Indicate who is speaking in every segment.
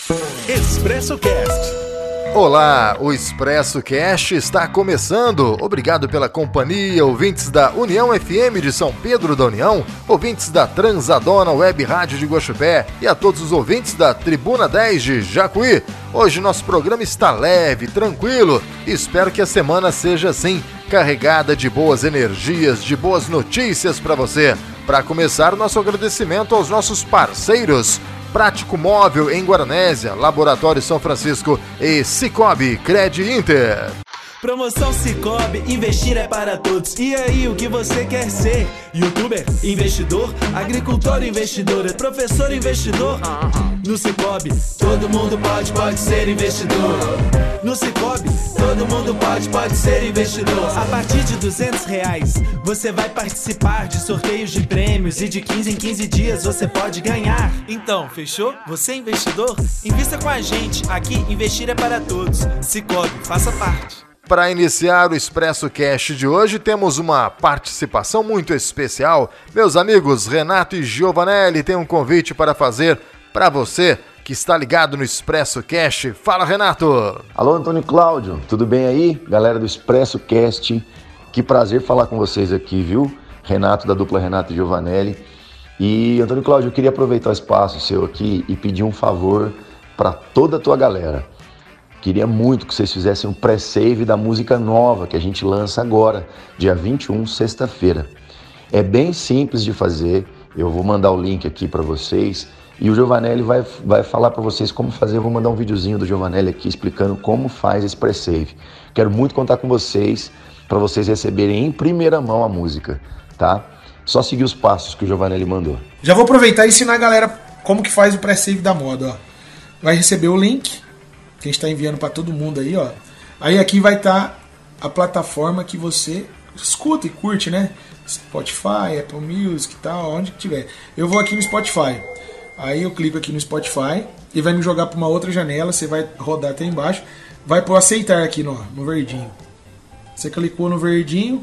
Speaker 1: Expresso Cast.
Speaker 2: Olá, o Expresso Cast está começando. Obrigado pela companhia, ouvintes da União FM de São Pedro da União, ouvintes da Transadona Web Rádio de Guaxupé e a todos os ouvintes da Tribuna 10 de Jacuí. Hoje nosso programa está leve, tranquilo e espero que a semana seja assim, carregada de boas energias, de boas notícias para você. Para começar, nosso agradecimento aos nossos parceiros: Prático Móvel em Guaranésia, Laboratório São Francisco e Cicobi Cred Inter.
Speaker 3: Promoção Cicobi, investir é para todos. E aí, o que você quer ser? Youtuber, investidor, agricultor, investidora, professor, investidor? No Cicobi, todo mundo pode ser investidor. No Cicobi, todo mundo pode ser investidor. A partir de R$200, você vai participar de sorteios de prêmios e de 15 em 15 dias você pode ganhar. Então, fechou? Você é investidor? Invista com a gente. Aqui, investir é para todos. Cicobi, faça parte.
Speaker 2: Para iniciar o Expresso Cast de hoje, temos uma participação muito especial. Meus amigos Renato e Giovanelli têm um convite para fazer para você que está ligado no Expresso Cast. Fala, Renato!
Speaker 4: Alô, Antônio Cláudio, tudo bem aí? Galera do Expresso Cast, que prazer falar com vocês aqui, viu? Renato, da dupla Renato e Giovanelli. E, Antônio Cláudio, eu queria aproveitar o espaço seu aqui e pedir um favor para toda a tua galera. Queria muito que vocês fizessem um pré-save da música nova que a gente lança agora, dia 21, sexta-feira. É bem simples de fazer, eu vou mandar o link aqui para vocês e o Giovanelli vai falar para vocês como fazer. Eu vou mandar um videozinho do Giovanelli aqui explicando como faz esse pré-save. Quero muito contar com vocês para vocês receberem em primeira mão a música, tá? Só seguir os passos que o Giovanelli mandou.
Speaker 5: Já vou aproveitar e ensinar a galera como que faz o pré-save da moda, ó. Vai receber o link que a gente está enviando para todo mundo aí, ó. Aí aqui vai estar a plataforma que você escuta e curte, né? Spotify, Apple Music e tal, onde que tiver. Eu vou aqui no Spotify. Aí eu clico aqui no Spotify e vai me jogar para uma outra janela. Você vai rodar até embaixo. Vai para o aceitar aqui no verdinho. Você clicou no verdinho,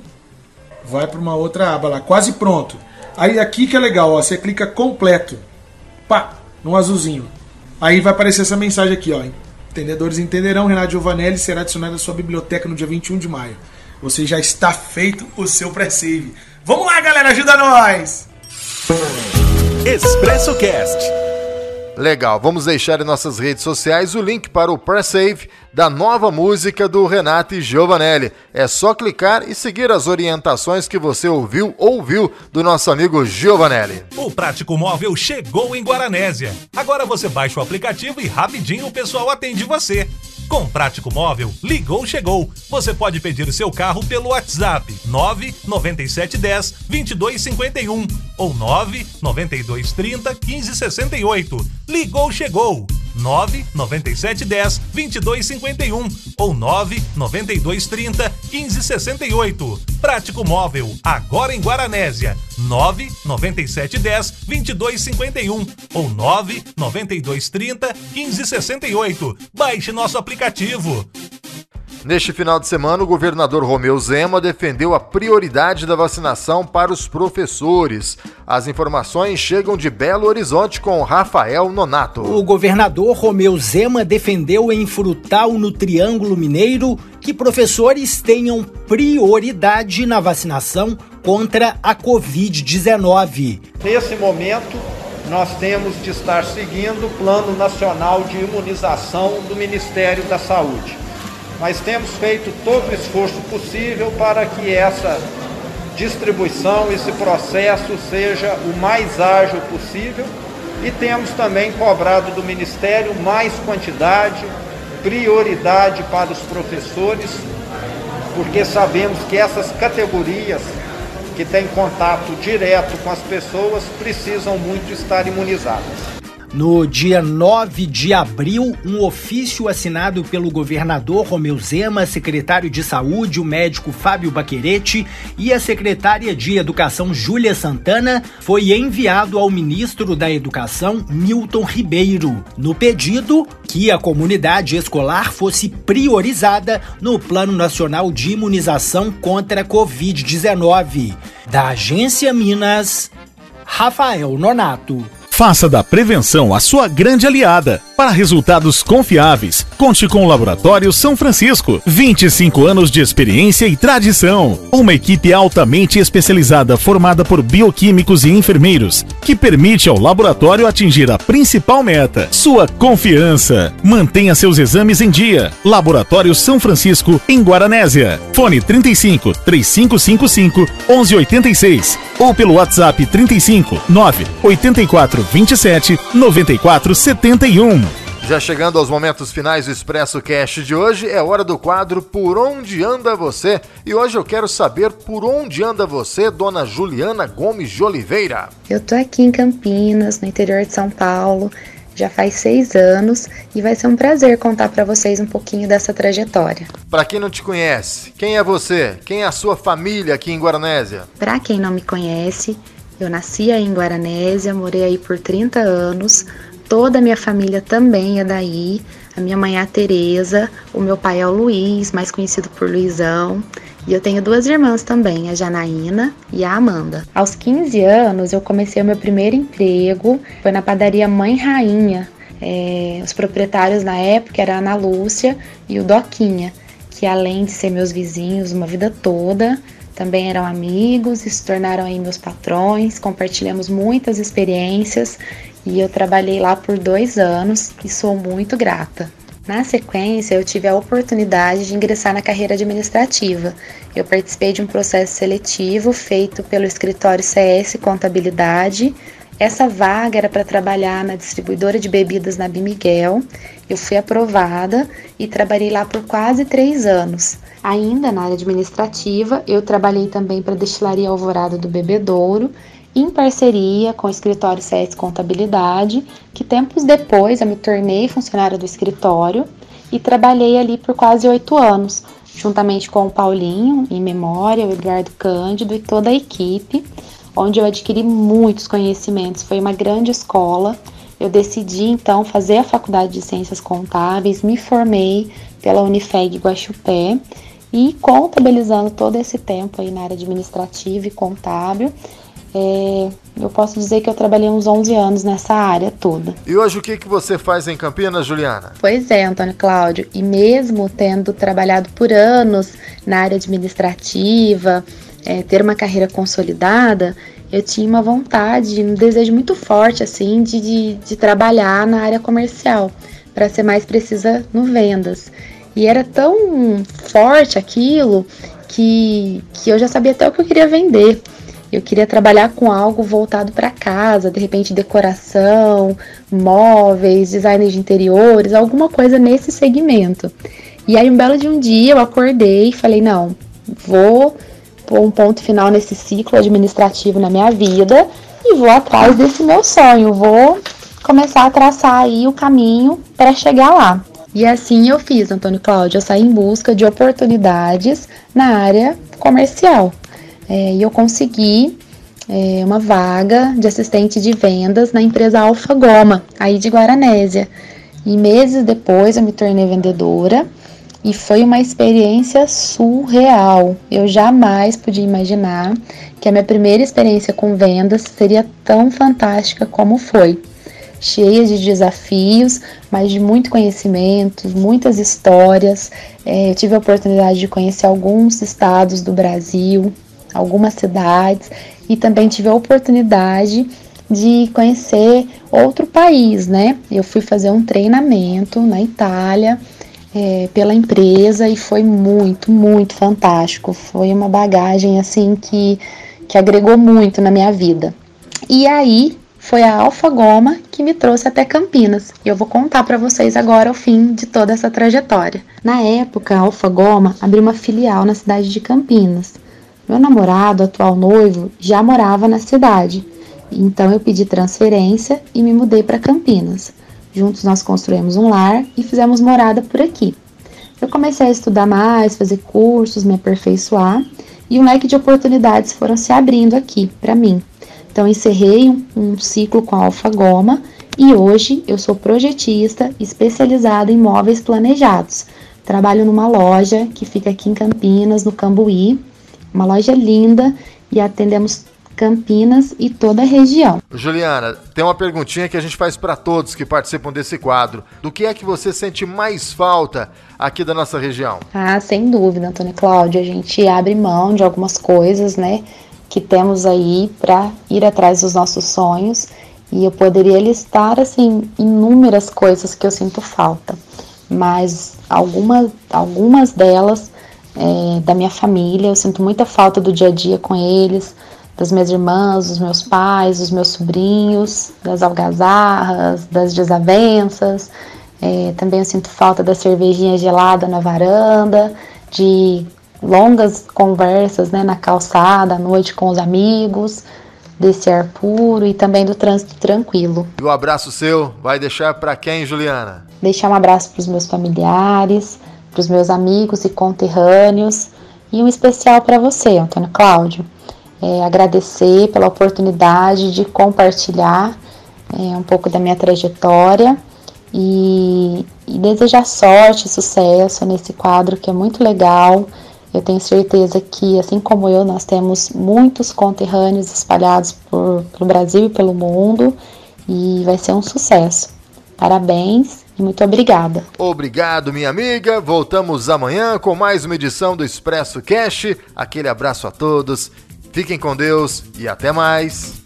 Speaker 5: vai para uma outra aba lá, quase pronto. Aí aqui que é legal, ó, você clica completo. Pá, no azulzinho. Aí vai aparecer essa mensagem aqui, ó. Entendedores entenderão, Renato Giovanelli será adicionado à sua biblioteca no dia 21 de maio. Você já está feito o seu pré-save. Vamos lá, galera, ajuda nós!
Speaker 1: Expresso Cast.
Speaker 2: Legal, vamos deixar em nossas redes sociais o link para o pré-save da nova música do Renato e Giovanelli. É só clicar e seguir as orientações que você ouviu do nosso amigo Giovanelli.
Speaker 1: O Prático Móvel chegou em Guaranésia. Agora você baixa o aplicativo e rapidinho o pessoal atende você. Com Prático Móvel, ligou, chegou. Você pode pedir seu carro pelo WhatsApp 99710-2251 ou 99230-1568. Ligou, chegou. 99710-2251 ou 99230-1568. Prático Móvel, agora em Guaranésia. 99710-2251 ou 99230-1568. Baixe nosso aplicativo.
Speaker 2: Neste final de semana, o governador Romeu Zema defendeu a prioridade da vacinação para os professores. As informações chegam de Belo Horizonte com Rafael Nonato.
Speaker 6: O governador Romeu Zema defendeu em Frutal, no Triângulo Mineiro, que professores tenham prioridade na vacinação contra a Covid-19.
Speaker 7: Nesse momento, nós temos de estar seguindo o Plano Nacional de Imunização do Ministério da Saúde. Mas temos feito todo o esforço possível para que essa distribuição, esse processo seja o mais ágil possível e temos também cobrado do Ministério mais quantidade, prioridade para os professores, porque sabemos que essas categorias que têm contato direto com as pessoas precisam muito estar imunizadas.
Speaker 6: No dia 9 de abril, um ofício assinado pelo governador Romeu Zema, secretário de Saúde, o médico Fábio Baquerete e a secretária de Educação, Júlia Santana, foi enviado ao ministro da Educação, Milton Ribeiro, no pedido que a comunidade escolar fosse priorizada no Plano Nacional de Imunização contra a Covid-19. Da Agência Minas, Rafael Nonato.
Speaker 8: Faça da prevenção a sua grande aliada. Para resultados confiáveis, conte com o Laboratório São Francisco. 25 anos de experiência e tradição. Uma equipe altamente especializada formada por bioquímicos e enfermeiros, que permite ao laboratório atingir a principal meta, sua confiança. Mantenha seus exames em dia. Laboratório São Francisco, em Guaranésia. Fone 35 3555 1186 ou pelo WhatsApp 35 984 27 94 71.
Speaker 2: Já chegando aos momentos finais do Expresso Cast de hoje, é hora do quadro Por Onde Anda Você? E hoje eu quero saber por onde anda você, dona Juliana Gomes de Oliveira.
Speaker 9: Eu tô aqui em Campinas, no interior de São Paulo, já faz 6 anos e vai ser um prazer contar para vocês um pouquinho dessa trajetória.
Speaker 2: Para quem não te conhece, quem é você? Quem é a sua família aqui em Guaranésia?
Speaker 9: Para quem não me conhece, eu nasci aí em Guaranésia, morei aí por 30 anos, toda a minha família também é daí, a minha mãe é a Tereza, o meu pai é o Luiz, mais conhecido por Luizão, e eu tenho 2 irmãs também, a Janaína e a Amanda. Aos 15 anos eu comecei o meu primeiro emprego, foi na padaria Mãe Rainha, os proprietários na época eram a Ana Lúcia e o Doquinha, que além de ser meus vizinhos uma vida toda, também eram amigos e se tornaram aí meus patrões, compartilhamos muitas experiências e eu trabalhei lá por 2 anos e sou muito grata. Na sequência, eu tive a oportunidade de ingressar na carreira administrativa. Eu participei de um processo seletivo feito pelo escritório CS Contabilidade. Essa vaga era para trabalhar na distribuidora de bebidas na Bimiguel. Eu fui aprovada e trabalhei lá por quase 3 anos. Ainda na área administrativa, eu trabalhei também para a Destilaria Alvorada do Bebedouro, em parceria com o escritório CS Contabilidade, que tempos depois eu me tornei funcionária do escritório e trabalhei ali por quase 8 anos, juntamente com o Paulinho, em memória, o Eduardo Cândido e toda a equipe, onde eu adquiri muitos conhecimentos. Foi uma grande escola. Eu decidi então fazer a faculdade de Ciências Contábeis, me formei pela Unifeg Guaxupé e contabilizando todo esse tempo aí na área administrativa e contábil, eu posso dizer que eu trabalhei uns 11 anos nessa área toda.
Speaker 2: E hoje o que você faz em Campinas, Juliana?
Speaker 9: Pois é, Antônio Cláudio, e mesmo tendo trabalhado por anos na área administrativa, ter uma carreira consolidada, eu tinha uma vontade, um desejo muito forte assim de trabalhar na área comercial, para ser mais precisa no vendas. E era tão forte aquilo que eu já sabia até o que eu queria vender. Eu queria trabalhar com algo voltado para casa, de repente decoração, móveis, design de interiores, alguma coisa nesse segmento. E aí um belo de um dia eu acordei e falei, não, vou pôr um ponto final nesse ciclo administrativo na minha vida e vou atrás desse meu sonho, vou começar a traçar aí o caminho para chegar lá. E assim eu fiz, Antônio Cláudio, eu saí em busca de oportunidades na área comercial. E eu consegui uma vaga de assistente de vendas na empresa Alfa Goma, aí de Guaranésia. E meses depois eu me tornei vendedora e foi uma experiência surreal. Eu jamais podia imaginar que a minha primeira experiência com vendas seria tão fantástica como foi. Cheia de desafios, mas de muito conhecimento, muitas histórias. Eu tive a oportunidade de conhecer alguns estados do Brasil, algumas cidades, e também tive a oportunidade de conhecer outro país, né? Eu fui fazer um treinamento na Itália pela empresa e foi muito, muito fantástico. Foi uma bagagem assim que agregou muito na minha vida. E aí foi a Alfa Goma que me trouxe até Campinas. E eu vou contar para vocês agora o fim de toda essa trajetória. Na época, a Alfa Goma abriu uma filial na cidade de Campinas. Meu namorado, atual noivo, já morava na cidade, então eu pedi transferência e me mudei para Campinas. Juntos nós construímos um lar e fizemos morada por aqui. Eu comecei a estudar mais, fazer cursos, me aperfeiçoar e um leque de oportunidades foram se abrindo aqui para mim. Então encerrei um ciclo com a Alfa Goma e hoje eu sou projetista especializada em móveis planejados. Trabalho numa loja que fica aqui em Campinas, no Cambuí, uma loja linda, e atendemos Campinas e toda a região.
Speaker 2: Juliana, tem uma perguntinha que a gente faz para todos que participam desse quadro. Do que é que você sente mais falta aqui da nossa região?
Speaker 9: Ah, sem dúvida, Antônio Cláudio. A gente abre mão de algumas coisas, né, que temos aí para ir atrás dos nossos sonhos. E eu poderia listar, assim, inúmeras coisas que eu sinto falta. Mas algumas delas da minha família, eu sinto muita falta do dia a dia com eles, das minhas irmãs, dos meus pais, dos meus sobrinhos, das algazarras, das desavenças. Também eu sinto falta da cervejinha gelada na varanda, de longas conversas, né, na calçada, à noite com os amigos, desse ar puro e também do trânsito tranquilo.
Speaker 2: E o abraço seu vai deixar para quem, Juliana?
Speaker 9: Deixar um abraço para os meus familiares, para os meus amigos e conterrâneos e um especial para você, Antônio Cláudio. Agradecer pela oportunidade de compartilhar um pouco da minha trajetória e desejar sorte e sucesso nesse quadro que é muito legal. Eu tenho certeza que, assim como eu, nós temos muitos conterrâneos espalhados pelo Brasil e pelo mundo e vai ser um sucesso. Parabéns e muito obrigada.
Speaker 2: Obrigado, minha amiga. Voltamos amanhã com mais uma edição do Expresso Cash. Aquele abraço a todos. Fiquem com Deus e até mais.